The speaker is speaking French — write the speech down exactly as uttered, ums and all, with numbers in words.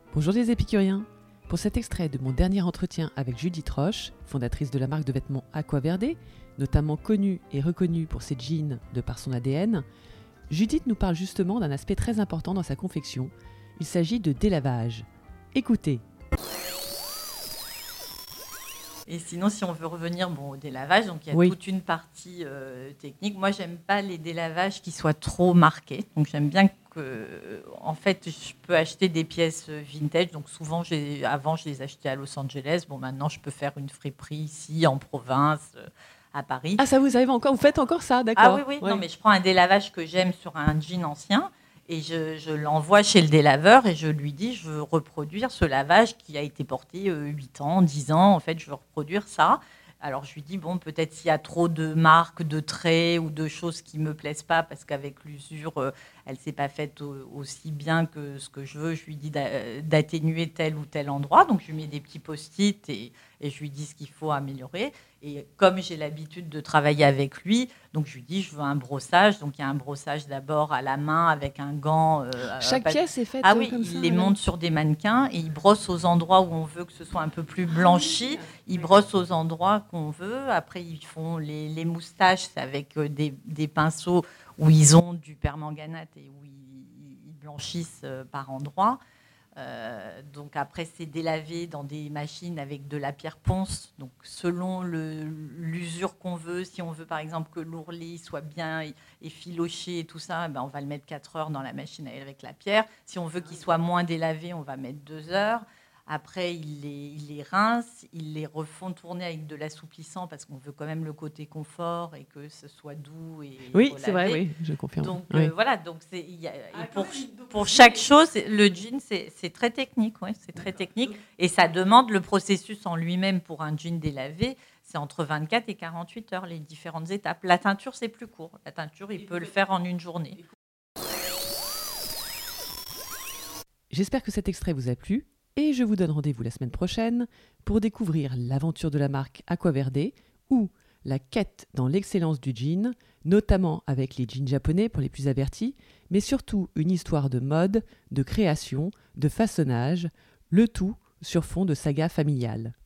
Bonjour les épicuriens. Pour cet extrait de mon dernier entretien avec Judith Roche, fondatrice de la marque de vêtements Aquaverde, notamment connue et reconnue pour ses jeans de par son A D N, Judith nous parle justement d'un aspect très important dans sa confection. Il s'agit de délavage. Écoutez. Et sinon, si on veut revenir bon, au délavage, donc il y a oui. toute une partie euh, technique. Moi, j'aime pas les délavages qui soient trop marqués. Donc, j'aime bien que, en fait, je peux acheter des pièces vintage. Donc, souvent, j'ai, avant, je les achetais à Los Angeles. Bon, maintenant, je peux faire une friperie ici, en province, euh, à Paris. Ah, ça vous arrive encore? Vous faites encore ça, d'accord? Ah oui, oui. oui. Non, mais je prends un délavage que j'aime sur un jean ancien. Et je, je l'envoie chez le délaveur et je lui dis, je veux reproduire ce lavage qui a été porté euh, huit ans, dix ans. En fait, je veux reproduire ça. Alors, je lui dis, bon, peut-être s'il y a trop de marques, de traits ou de choses qui ne me plaisent pas, parce qu'avec l'usure, euh, elle ne s'est pas faite au, aussi bien que ce que je veux. Je lui dis d'a, d'atténuer tel ou tel endroit. Donc, je lui mets des petits post-it et, et je lui dis ce qu'il faut améliorer. Et comme j'ai l'habitude de travailler avec lui, donc je lui dis, je veux un brossage. Donc, il y a un brossage d'abord à la main avec un gant. Euh, Chaque pas... pièce est faite ah, oui, comme il ça? Il les monte sur des mannequins et il brosse aux endroits où on veut que ce soit un peu plus blanchi. Il brosse aux endroits qu'on veut. Après, ils font les, les moustaches avec des, des pinceaux où ils ont du permanganate et où ils, ils blanchissent par endroits. Euh, donc après, c'est délavé dans des machines avec de la pierre ponce. Donc selon le, l'usure qu'on veut, si on veut par exemple que l'ourlet soit bien effiloché et tout ça, ben on va le mettre quatre heures dans la machine avec la pierre. Si on veut qu'il soit moins délavé, on va mettre deux heures. Après, ils les, ils les rincent, ils les refont tourner avec de l'assouplissant parce qu'on veut quand même le côté confort et que ce soit doux et oui, relavé. C'est vrai, oui, je confirme. Donc oui. euh, voilà, donc c'est, y a, et pour, pour chaque chose, le jean, c'est, c'est très technique, ouais, c'est très technique et ça demande le processus en lui-même pour un jean délavé. C'est entre vingt-quatre et quarante-huit heures les différentes étapes. La teinture, c'est plus court. La teinture, il peut le faire en une journée. J'espère que cet extrait vous a plu. Et je vous donne rendez-vous la semaine prochaine pour découvrir l'aventure de la marque Aquaverde ou la quête dans l'excellence du jean, notamment avec les jeans japonais pour les plus avertis, mais surtout une histoire de mode, de création, de façonnage, le tout sur fond de saga familiale.